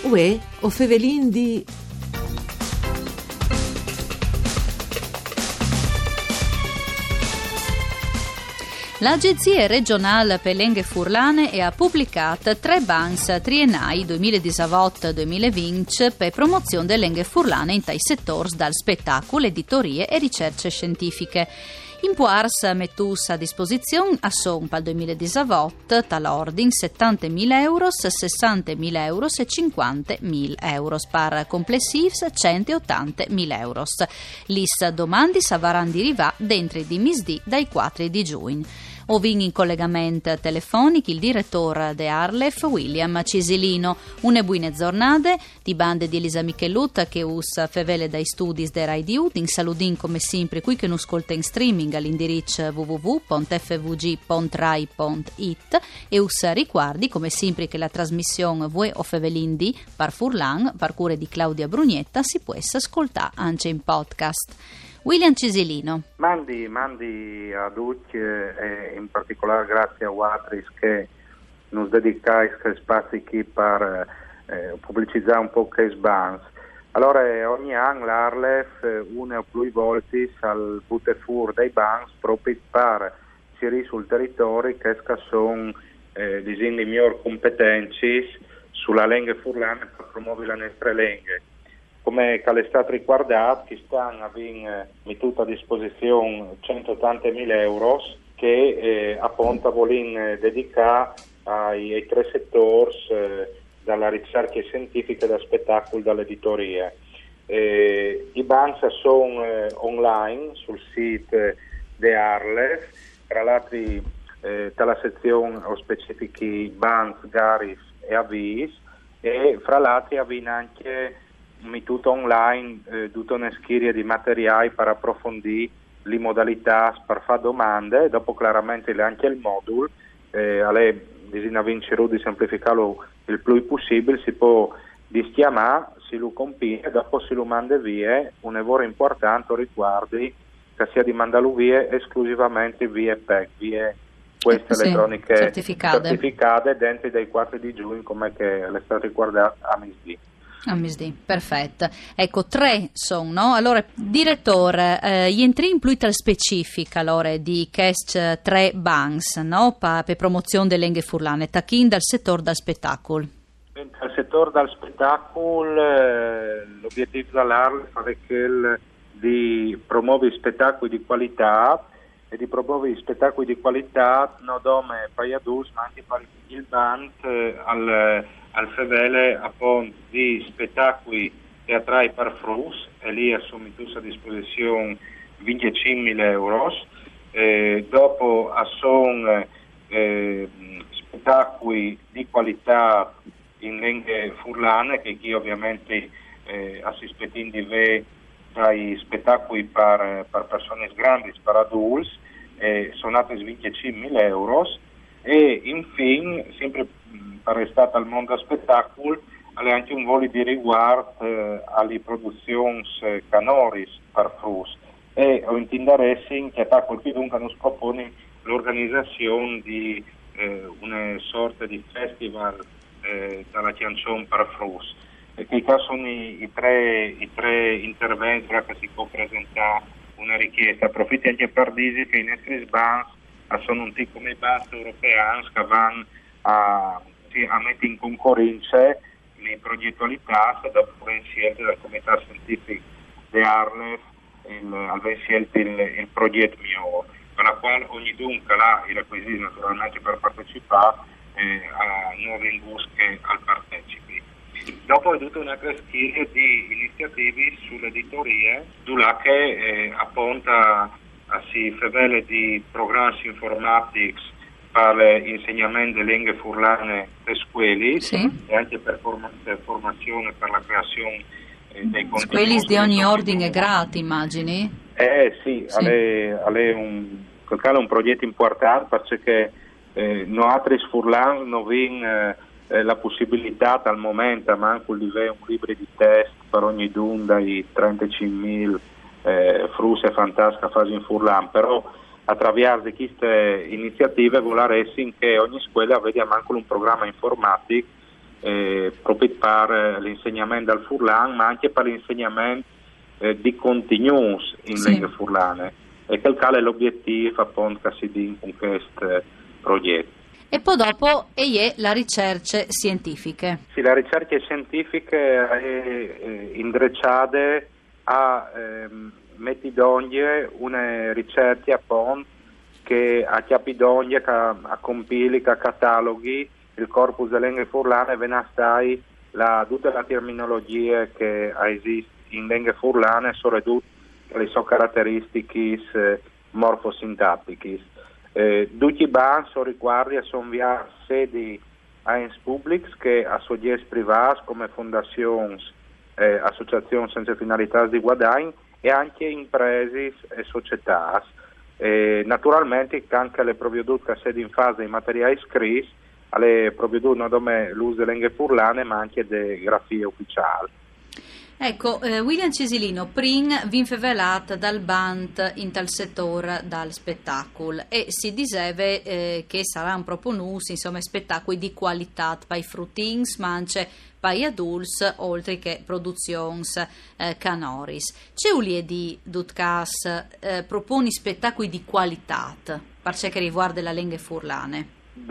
Uè, o fevelin di... L'Agenzia regionale per Lenghe Furlane ha pubblicato 3 bans triennai 2018-2020 per promozione delle lingue furlane in tai settori dal spettacolo, editorie e ricerche scientifiche. In puars mettus a disposizione a son per il 2018 tal'ordine 70.000 euro, 60.000 euro e 50.000 euro, per complessivs 180.000 euro. Lis domandi savaran di rivà dentro di misdì dai 4 di giugno. Ovin in collegamento telefonico il direttore de Arlef, William Cisilino. Une buine giornate di bande di Elisa Michelutta che us fevele dai studi de Rai di Udin. Saludin come sempre qui che nu ascolta in streaming all'indirizzo www.fvg.rai.it e us ricordi come sempre che la trasmissione Vue o Fevelin di par Furlan, par cure di Claudia Brugnetta, si può ascoltare anche in podcast. William Cisilino. Mandi a tutti e in particolare grazie a Watris che nos dedicais che spazi qui per pubblicizzare un po' che sbans. Allora ogni anno l'Arlef une o più volte al butte fuori dei bans proprio per cirì sul territorio che sono le migliori competenze sulla lingua furlana per promuovere le nostre lingue. Come è stato ricordato, che stanno avendo messo a disposizione 180.000 euro che appunto vogliono dedicare ai 3 settori dalla ricerca scientifica, da spettacolo, dall'editoria. I bans sono online sul sito di Arlef, tra l'altro dalla sezione o specifici bans, garis e avvis, e fra l'altro avviene anche tutto online, tutta una schiera di materiali per approfondire le modalità, per fare domande, e dopo chiaramente anche il modulo, bisogna vincere di semplificarlo il più possibile, si può dischiamare, si lo compila e dopo si lo manda via. Un lavoro importante riguardi che sia di mandarlo via esclusivamente via PEC, via queste elettroniche certificate dentro dai 4 di giugno, come che è stato ricordato a misdì. Perfetto. Ecco, 3 sono, no? Allora, direttore, gli entri in più specifica allora di questi 3 bans, no? Per promozione delle lingue furlane, tachin dal settore del spettacolo. Dal settore del spettacolo, l'obiettivo dell'Arlef è quello di promuovere spettacoli di qualità e di promuovere spettacoli di qualità non solo per gli adulti ma anche per il band al fevele appunto di spettacoli teatrali per frus, e lì assume a disposizione 25.000 euro. Dopo assume spettacoli di qualità in lingue furlane, che qui ovviamente assistiamo di dai spettacoli per persone grandi, per adulti, sono 25.000 euro. E infine, sempre per restare al mondo del spettacolo, ha anche un volo di riguardo alle produzioni canoris per frus, e ho interesse che a quel punto ci propone l'organizzazione di una sorta di festival della canzone per frus. Che sono i tre interventi che si può presentare una richiesta. Approfitto anche per dire che i nostri bans sono un tipo come bans europei che vanno a mettere in concorrenza le progettualità dopo aver scelto dal Comitato Scientifico di Arlef aver scelto il progetto migliore, per la quale ogni dunque ha i requisiti naturalmente per partecipare a nuove industrie al partecipi. Dopo è tutta una schiera di iniziative sull'editoria, dove che appunto si fevele di programmi informatici per l'insegnamento delle lingue furlane per scuole, sì, e anche per formazione per la creazione dei contenuti. Scuole di ogni ordine gratis, immagini? Sì. È un progetto importante perché noi furlani non abbiamo la possibilità al momento, ma anche di avere un libro di test per ogni dunda i 35.000 fruse fantastica fase in furlan, però attraverso queste iniziative vuole essere che ogni scuola veda anche un programma informatico proprio per l'insegnamento del furlan, ma anche per l'insegnamento di continuous in lingue furlane, e quel è l'obiettivo appunto che si dia con questo progetto. E poi dopo è la ricerca scientifiche. Sì, la ricerca scientifica è indrecciata a mettere una ricerca appunto che a chiapidoglie, che a compili, che a cataloghi il corpus delle lingue furlane, venastai tutta la terminologia che esiste in lingue furlane, soprattutto le sue caratteristiche morfosintattiche. Tutti i banchi sono riguardi a sonviare sedi a enti pubblici che a soggetti privati come fondazioni, associazioni senza finalità di guadagno e anche imprese e società. Naturalmente anche le provvedute che sono in fase di materiali scritti, alle provvedute non come l'uso delle lingue furlane ma anche di grafie ufficiali. Ecco, William Cisilino, prin vinfevelat dal band in tal settore dal spettacolo e si diceva che saranno proponuti insomma spettacoli di qualità per i fruttins, ma anche per gli adulti, oltre che produzioni canoris. C'è un di Dutcas proponi spettacoli di qualità per ciò che riguarda la lingue furlane?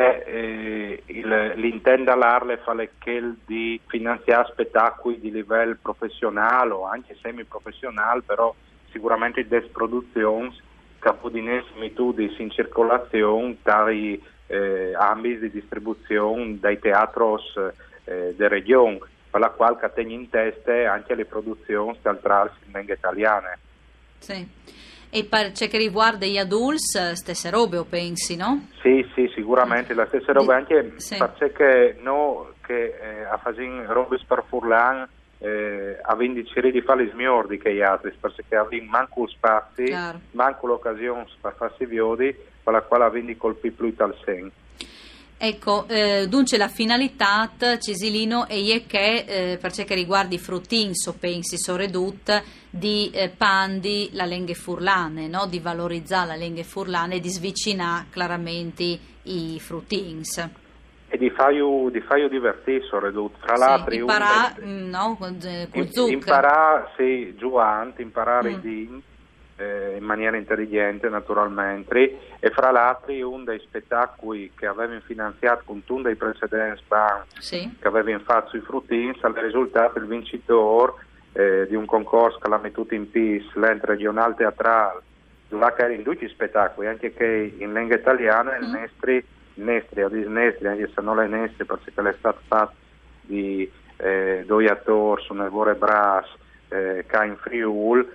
L'intento all'Arle fa quel di finanziare spettacoli di livello professionale o anche semiprofessionale, però sicuramente des produzioni che possono in circolazione dai ambiti di distribuzione dai teatros della regione, per la quale tengono in testa anche le produzioni teatrali in lingua italiana. Sì. E per ciò che riguarda gli adulti, stesse robe o pensi, no? Sì, sicuramente la stessa roba, anche per ciò che noi che a fare robe per furlan avendo deciso di fare gli smiordi che gli altri, perché avendo manco spazi, manco l'occasione per farsi viodi, per la quale avendo colpito più al sen. Ecco, dunque la finalità, Cisilino, è che per ciò che riguarda i fruttins, o pensi, sono ridotte, di pandi la lingua furlane, no? Di valorizzare la lingua furlane e di svicinare chiaramente i fruttins. E di farlo divertire, sono ridotte. Tra l'altro, imparare, no? Con zucchero. Imparare, giuante, imparare i din. In maniera intelligente naturalmente, e fra l'altro uno dei spettacoli che avevamo finanziato con uno dei precedenti banchi che avevamo fatto sui fruttins è risultato il vincitore di un concorso che l'ha messo in PIS, l'ente regionale teatrale, dove era in tutti gli spettacoli, anche che in lingua italiana il Nestri, anche se non è Nestri perché è stato fatto di due attori, Sonevore Brass, che in Friul,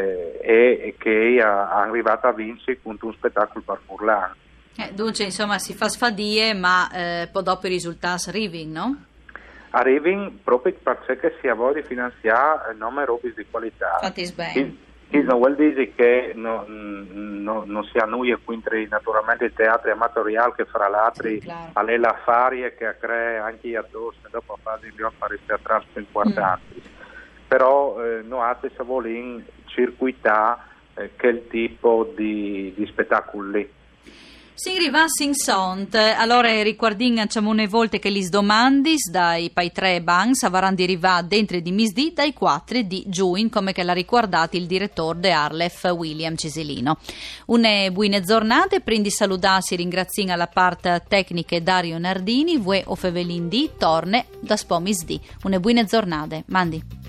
e che è arrivata a vincere con un spettacolo per furlan. Dunque insomma si fa sfadie, ma poi dopo i risultati arrivano, no? Arrivano proprio perché si vuole di finanziare nome robe di qualità. Fatti bene. Non vuol dire che non si annuia quindi naturalmente il teatro amatoriale che fra l'altro ha le affari che crea anche gli adulti dopo fare gli affari teatrali più importanti. Però noi vogliamo circuitare quel tipo di spettacolo lì. Si arriva in sont, allora ricordiamo una volta che gli domandi dai pai 3 banks avranno di arrivare dentro di misdì dai 4 di giugno, come che l'ha ricordato il direttore de Arlef William Cisilino. Une buone giornate, prendi salutarsi, ringraziamo alla parte tecnica Dario Nardini, Vue o Fevelin di Torne da Spomisdì. Une buone giornate, mandi.